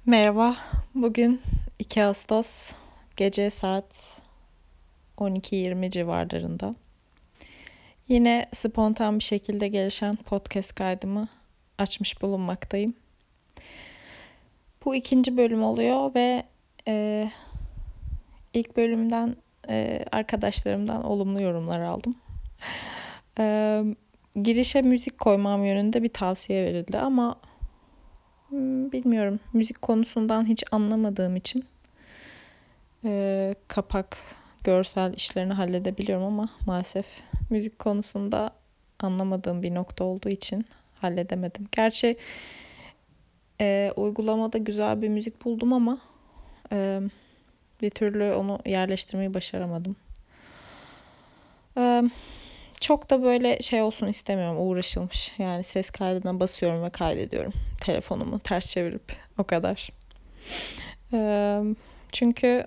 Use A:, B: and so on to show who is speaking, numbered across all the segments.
A: Merhaba, bugün 2 Ağustos gece saat 12:20 civarlarında. Yine spontan bir şekilde gelişen podcast kaydımı açmış bulunmaktayım. Bu ikinci bölüm oluyor ve ilk bölümden arkadaşlarımdan olumlu yorumlar aldım. Girişe müzik koymam yönünde bir tavsiye verildi ama bilmiyorum, müzik konusundan hiç anlamadığım için kapak, görsel işlerini halledebiliyorum ama maalesef müzik konusunda anlamadığım bir nokta olduğu için halledemedim. Gerçi uygulamada güzel bir müzik buldum ama bir türlü onu yerleştirmeyi başaramadım. Çok da böyle şey olsun istemiyorum, uğraşılmış. Yani ses kaydına basıyorum ve kaydediyorum telefonumu ters çevirip, o kadar. Çünkü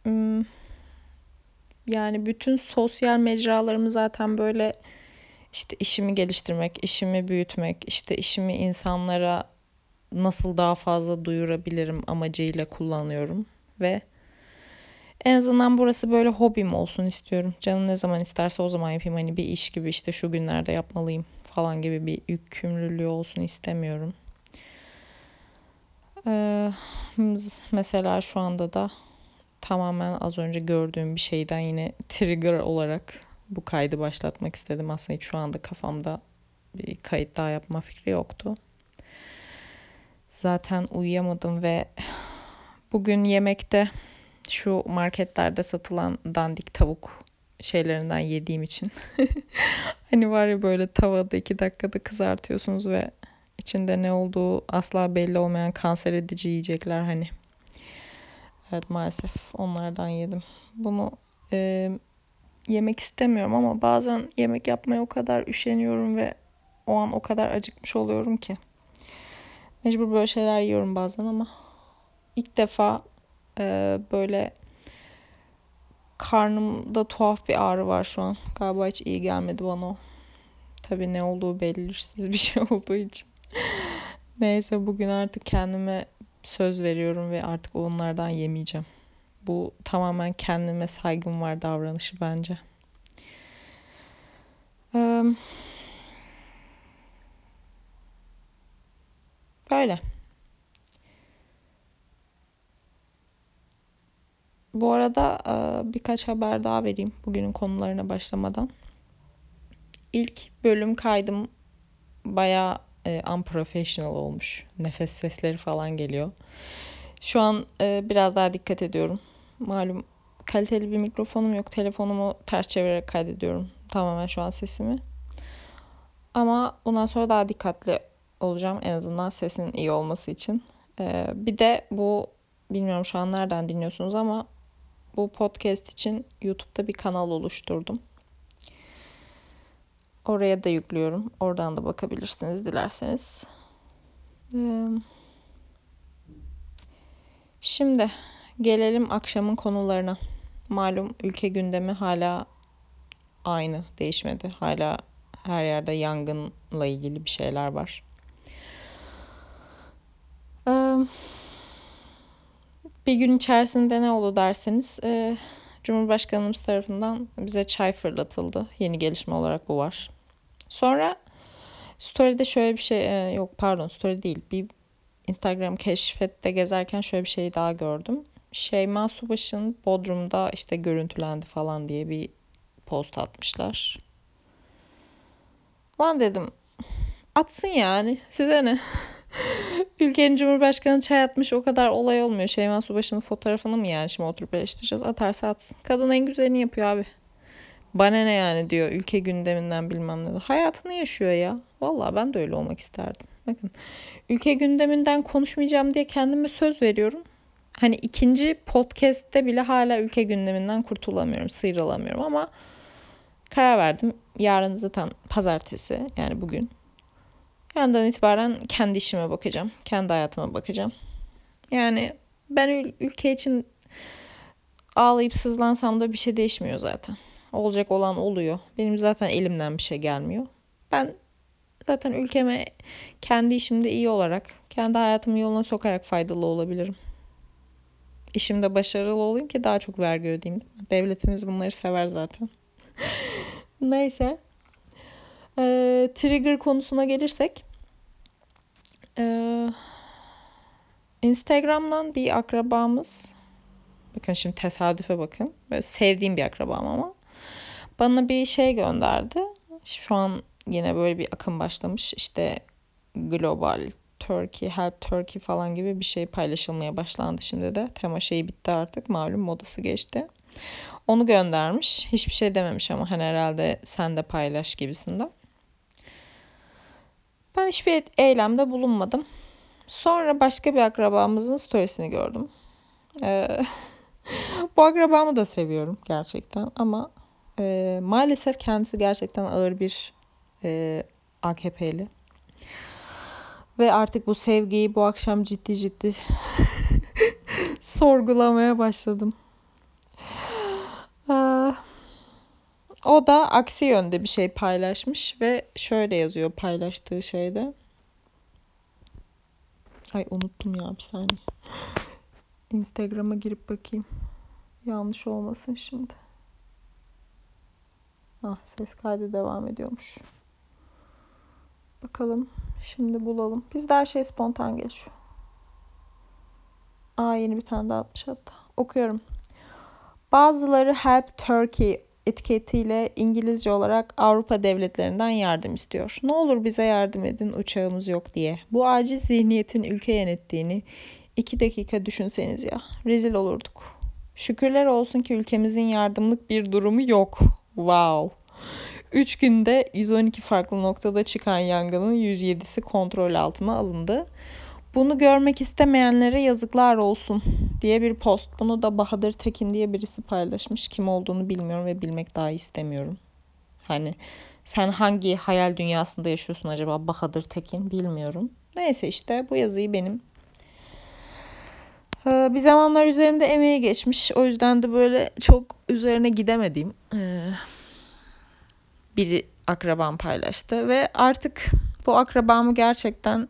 A: yani bütün sosyal mecralarımı zaten böyle işte işimi geliştirmek, işimi büyütmek, işte işimi insanlara nasıl daha fazla duyurabilirim amacıyla kullanıyorum ve en azından burası böyle hobim olsun istiyorum. Canım ne zaman isterse o zaman yapayım. Hani bir iş gibi işte şu günlerde yapmalıyım falan gibi bir yükümlülüğü olsun istemiyorum. Ee, Mesela şu anda da tamamen az önce gördüğüm bir şeyden yine trigger olarak bu kaydı başlatmak istedim. Aslında hiç şu anda kafamda bir kayıt daha yapma fikri yoktu. Zaten uyuyamadım ve bugün yemekte şu marketlerde satılan dandik tavuk şeylerinden yediğim için. Hani var ya, böyle tavada 2 dakikada kızartıyorsunuz ve içinde ne olduğu asla belli olmayan kanser edici yiyecekler hani. Evet, maalesef onlardan yedim. Bunu e, yemek istemiyorum ama bazen yemek yapmaya o kadar üşeniyorum ve o an o kadar acıkmış oluyorum ki. Mecbur böyle şeyler yiyorum bazen ama ilk defa böyle karnımda tuhaf bir ağrı var şu an. Galiba hiç iyi gelmedi bana o. Tabii ne olduğu belirsiz bir şey olduğu için. Neyse, bugün artık kendime söz veriyorum ve artık onlardan yemeyeceğim. Bu tamamen kendime saygım var davranışı bence. Böyle. Bu arada birkaç haber daha vereyim bugünün konularına başlamadan. İlk bölüm kaydım bayağı unprofessional olmuş. Nefes sesleri falan geliyor. Şu an biraz daha dikkat ediyorum. Malum kaliteli bir mikrofonum yok. Telefonumu ters çevirerek kaydediyorum tamamen şu an sesimi. Ama bundan sonra daha dikkatli olacağım, en azından sesin iyi olması için. Bir de bu, bilmiyorum şu an nereden dinliyorsunuz ama bu podcast için YouTube'da bir kanal oluşturdum. Oraya da yüklüyorum. Oradan da bakabilirsiniz dilerseniz. Şimdi gelelim akşamın konularına. Malum ülke gündemi hala aynı, değişmedi. Hala her yerde yangınla ilgili bir şeyler var. Bir gün içerisinde ne oldu derseniz, Cumhurbaşkanımız tarafından bize çay fırlatıldı. Yeni gelişme olarak bu var. Sonra story'de şöyle bir şey, yok pardon, story değil, bir Instagram keşfette gezerken şöyle bir şey daha gördüm. Şeyma Subaşı'nın Bodrum'da işte görüntülendi falan diye bir post atmışlar. Lan dedim, atsın yani, size ne? Ülkenin Cumhurbaşkanı çay atmış, o kadar olay olmuyor. Şeyma Subaşı'nın fotoğrafını mı yani şimdi oturup eleştireceğiz? Atarsa atsın. Kadın en güzelini yapıyor abi. Bana ne yani diyor, ülke gündeminden bilmem ne. Hayatını yaşıyor ya. Vallahi ben de öyle olmak isterdim. Bakın, ülke gündeminden konuşmayacağım diye kendime söz veriyorum. Hani ikinci podcast'te bile hala ülke gündeminden kurtulamıyorum, sıyrılamıyorum ama karar verdim. Yarın zaten pazartesi, yani bugün. Yarından itibaren kendi işime bakacağım. Kendi hayatıma bakacağım. Yani ben ülke için ağlayıp sızlansam da bir şey değişmiyor zaten. Olacak olan oluyor. Benim zaten elimden bir şey gelmiyor. Ben Zaten ülkeme kendi işimde iyi olarak, kendi hayatımı yoluna sokarak faydalı olabilirim. İşimde başarılı olayım ki daha çok vergi ödeyeyim. Devletimiz bunları sever zaten. Neyse. Trigger konusuna gelirsek. Instagram'dan bir akrabamız, bakın şimdi tesadüfe bakın. Böyle sevdiğim bir akrabam ama. Bana bir şey gönderdi. Şu an yine böyle bir akım başlamış. İşte Global Turkey, Help Turkey falan gibi bir şey paylaşılmaya başlandı şimdi de. Tema şeyi bitti artık. Malum modası geçti. Onu göndermiş. Hiçbir şey dememiş ama hani herhalde sen de paylaş gibisinden. Ben hiçbir eylemde bulunmadım. Sonra başka bir akrabamızın storiesini gördüm. Bu akrabamı da seviyorum gerçekten ama maalesef kendisi gerçekten ağır bir AKP'li. Ve artık bu sevgiyi bu akşam ciddi ciddi sorgulamaya başladım. O da aksi yönde bir şey paylaşmış ve şöyle yazıyor paylaştığı şeyde. Ay unuttum ya, bir saniye. Instagram'a girip bakayım. Yanlış olmasın şimdi. Ses kaydı devam ediyormuş. Bakalım. Şimdi bulalım. Bizde her şey spontan geçiyor. Yeni bir tane daha atmış hatta. Okuyorum. Bazıları Help Turkey etiketiyle İngilizce olarak Avrupa devletlerinden yardım istiyor. Ne olur bize yardım edin, uçağımız yok diye. Bu aciz zihniyetin ülke yönettiğini 2 dakika düşünseniz ya. Rezil olurduk. Şükürler olsun ki ülkemizin yardımlık bir durumu yok. Wow. 3 günde 112 farklı noktada çıkan yangının 107'si kontrol altına alındı. Bunu görmek istemeyenlere yazıklar olsun diye bir post. Bunu da Bahadır Tekin diye birisi paylaşmış. Kim olduğunu bilmiyorum ve bilmek dahi istemiyorum. Hani sen hangi hayal dünyasında yaşıyorsun acaba Bahadır Tekin, bilmiyorum. Neyse işte bu yazıyı benim bir zamanlar üzerinde emeği geçmiş. O yüzden de böyle çok üzerine gidemediğim bir akrabam paylaştı. Ve artık bu akrabamı gerçekten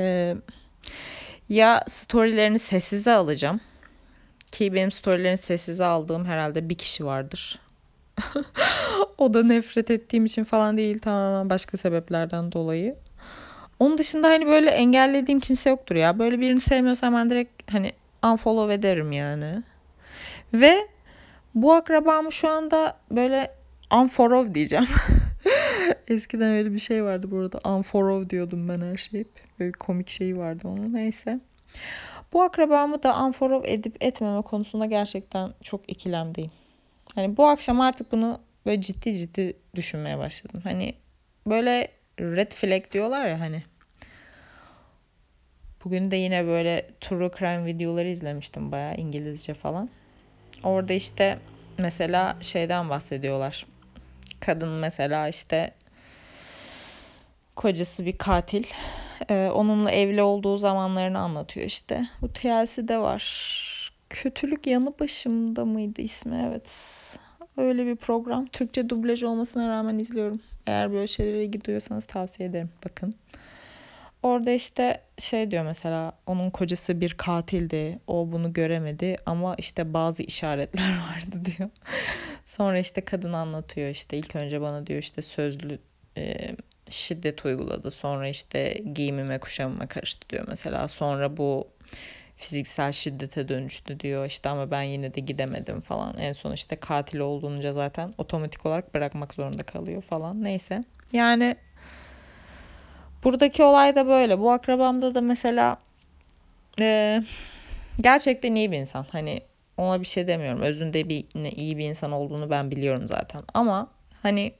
A: ya storylerini sessize alacağım. Ki benim storylerini sessize aldığım herhalde bir kişi vardır. O da nefret ettiğim için falan değil, tamamen başka sebeplerden dolayı. Onun dışında hani böyle engellediğim kimse yoktur ya. Böyle birini sevmiyorsam ben direkt hani unfollow ederim yani. Ve bu akrabamı şu anda böyle unfollow diyeceğim. Eskiden öyle bir şey vardı bu arada. Unfollow diyordum ben her şeyi. Böyle komik şey vardı onun. Neyse. Bu akrabamı da unfollow edip etmeme konusunda gerçekten çok ikilemdeyim. Hani bu akşam artık bunu böyle ciddi ciddi düşünmeye başladım. Hani böyle red flag diyorlar ya hani. Bugün de yine böyle true crime videoları izlemiştim bayağı, İngilizce falan. Orada işte mesela şeyden bahsediyorlar. Kadın mesela işte kocası bir katil. Onunla evli olduğu zamanlarını anlatıyor işte. Bu TLC'de var. Kötülük Yanı Başımda mıydı ismi? Evet. Öyle bir program. Türkçe dublaj olmasına rağmen izliyorum. Eğer böyle şeylere gidiyorsanız tavsiye ederim. Bakın. Orada işte şey diyor mesela, onun kocası bir katildi. O bunu göremedi ama işte bazı işaretler vardı diyor. Sonra işte kadın anlatıyor, işte ilk önce bana diyor işte sözlü şiddet uyguladı. Sonra işte giyimime kuşamıma karıştı diyor mesela. Sonra bu fiziksel şiddete dönüştü diyor işte, ama ben yine de gidemedim falan. En son işte katil olduğunca zaten otomatik olarak bırakmak zorunda kalıyor falan. Neyse. Yani buradaki olay da böyle. Bu akrabamda da mesela gerçekten iyi bir insan. Hani ona bir şey demiyorum. Özünde iyi bir insan olduğunu ben biliyorum zaten. Ama hani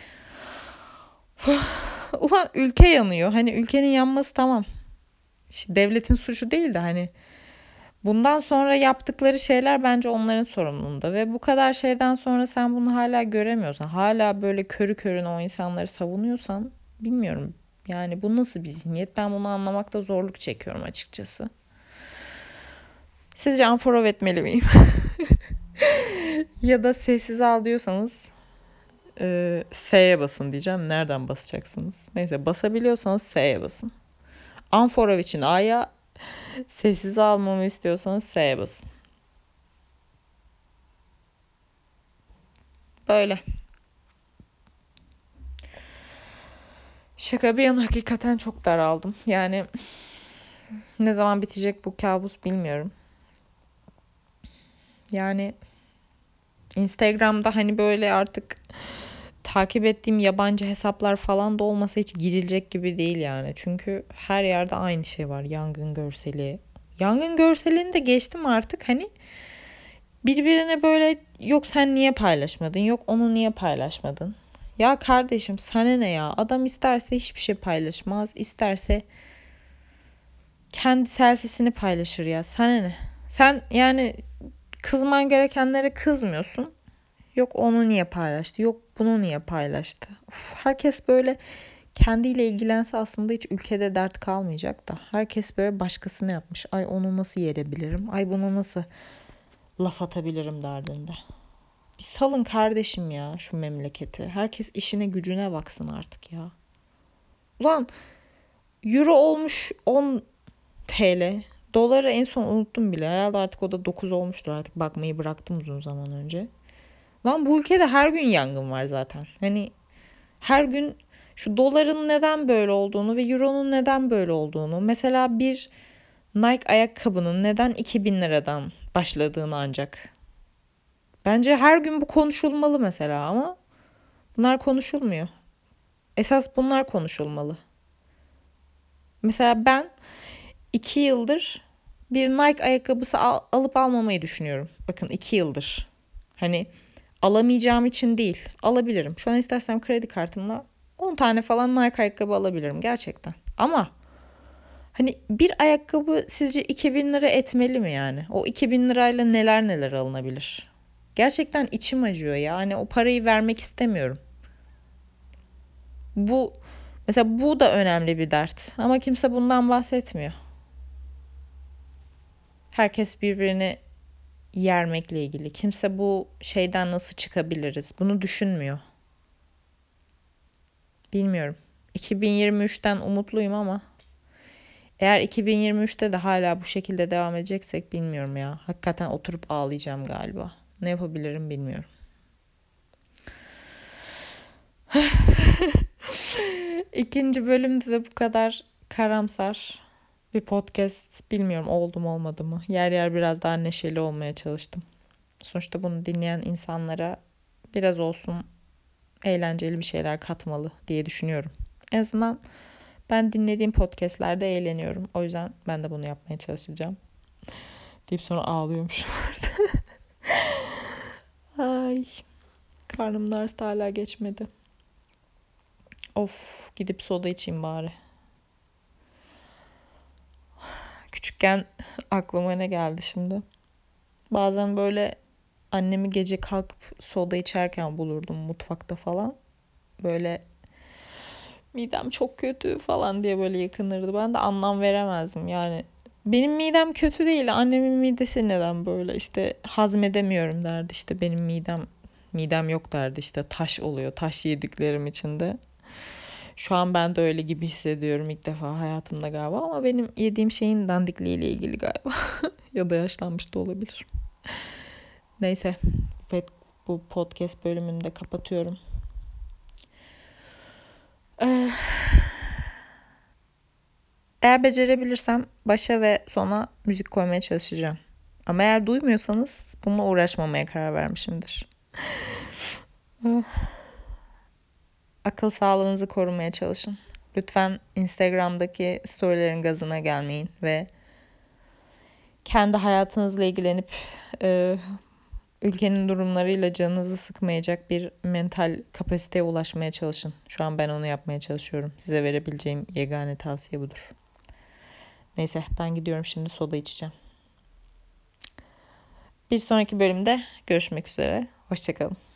A: ulan ülke yanıyor. Hani ülkenin yanması tamam. Devletin suçu değil de hani bundan sonra yaptıkları şeyler bence onların sorumluluğunda. Ve bu kadar şeyden sonra sen bunu hala göremiyorsan, hala böyle körü körüne o insanları savunuyorsan, bilmiyorum. Yani bu nasıl bir zihniyet? Ben bunu anlamakta zorluk çekiyorum açıkçası. Sizce unfollow etmeli miyim? Ya da sessiz al diyorsanız S'ye basın diyeceğim. Nereden basacaksınız? Neyse, basabiliyorsanız S'ye basın. Unfollow için A'ya, sessize almamı istiyorsanız S'ye basın. Böyle. Şaka bir yana hakikaten çok daraldım. Yani ne zaman bitecek bu kabus bilmiyorum. Yani Instagram'da hani böyle artık takip ettiğim yabancı hesaplar falan da olmasa hiç girilecek gibi değil yani. Çünkü her yerde aynı şey var. Yangın görseli. Yangın görselini de geçtim artık, hani birbirine böyle, yok sen niye paylaşmadın, yok onu niye paylaşmadın. Ya kardeşim, sana ne ya? Adam isterse hiçbir şey paylaşmaz, isterse kendi selfiesini paylaşır ya. Sana ne? Sen yani kızman gerekenlere kızmıyorsun. Yok onu niye paylaştı, yok bunu niye paylaştı. Uf, herkes böyle kendiyle ilgilense aslında hiç ülkede dert kalmayacak da. Herkes böyle başkasına yapmış. Ay onu nasıl yerebilirim? Ay buna nasıl laf atabilirim derdinde. Bir salın kardeşim ya şu memleketi. Herkes işine gücüne baksın artık ya. Ulan euro olmuş 10 TL. Doları en son unuttum bile. Herhalde artık o da 9 olmuştur. Artık bakmayı bıraktım uzun zaman önce. Lan bu ülkede her gün yangın var zaten. Hani her gün şu doların neden böyle olduğunu ve euronun neden böyle olduğunu. Mesela bir Nike ayakkabının neden 2000 liradan başladığını ancak. Bence her gün bu konuşulmalı mesela, ama bunlar konuşulmuyor. Esas bunlar konuşulmalı. Mesela ben 2 yıldır bir Nike ayakkabısı alıp almamayı düşünüyorum. Bakın 2 yıldır. Hani alamayacağım için değil. Alabilirim. Şu an istersem kredi kartımla 10 tane falan Nike ayakkabı alabilirim gerçekten. Ama hani bir ayakkabı sizce 2000 lira etmeli mi yani? O 2000 lirayla neler neler alınabilir? Gerçekten içim acıyor ya. Hani o parayı vermek istemiyorum. Bu mesela bu da önemli bir dert. Ama kimse bundan bahsetmiyor. Herkes birbirini yermekle ilgili. Kimse bu şeyden nasıl çıkabiliriz bunu düşünmüyor. Bilmiyorum. 2023'ten umutluyum ama eğer 2023'te de hala bu şekilde devam edeceksek bilmiyorum ya. Hakikaten oturup ağlayacağım galiba. Ne yapabilirim bilmiyorum. İkinci bölümde de bu kadar karamsar bir podcast. Bilmiyorum oldu mu olmadı mı. Yer yer biraz daha neşeli olmaya çalıştım. Sonuçta bunu dinleyen insanlara biraz olsun eğlenceli bir şeyler katmalı diye düşünüyorum. En azından ben dinlediğim podcastlerde eğleniyorum. O yüzden ben de bunu yapmaya çalışacağım. Deyip sonra ağlıyormuş. Ay, karnım da hala geçmedi. Of, gidip soda içeyim bari. Küçükken aklıma ne geldi şimdi? Bazen böyle annemi gece kalkıp soda içerken bulurdum mutfakta falan. Böyle midem çok kötü falan diye böyle yakınırdı. Ben de anlam veremezdim yani. Benim midem kötü değil. Annemin midesi neden böyle? İşte hazmedemiyorum derdi. İşte benim midem yok derdi. İşte taş oluyor. Taş yediklerim içinde. Şu an ben de öyle gibi hissediyorum ilk defa hayatımda galiba. Ama benim yediğim şeyin dandikliğiyle ilgili galiba. Ya da yaşlanmış da olabilir. Neyse. Bu podcast bölümünü de kapatıyorum. Eğer becerebilirsem başa ve sona müzik koymaya çalışacağım. Ama eğer duymuyorsanız bununla uğraşmamaya karar vermişimdir. Akıl sağlığınızı korumaya çalışın. Lütfen Instagram'daki storylerin gazına gelmeyin ve kendi hayatınızla ilgilenip ülkenin durumlarıyla canınızı sıkmayacak bir mental kapasiteye ulaşmaya çalışın. Şu an ben onu yapmaya çalışıyorum. Size verebileceğim yegane tavsiye budur. Neyse, ben gidiyorum şimdi, soda içeceğim. Bir sonraki bölümde görüşmek üzere. Hoşça kalın.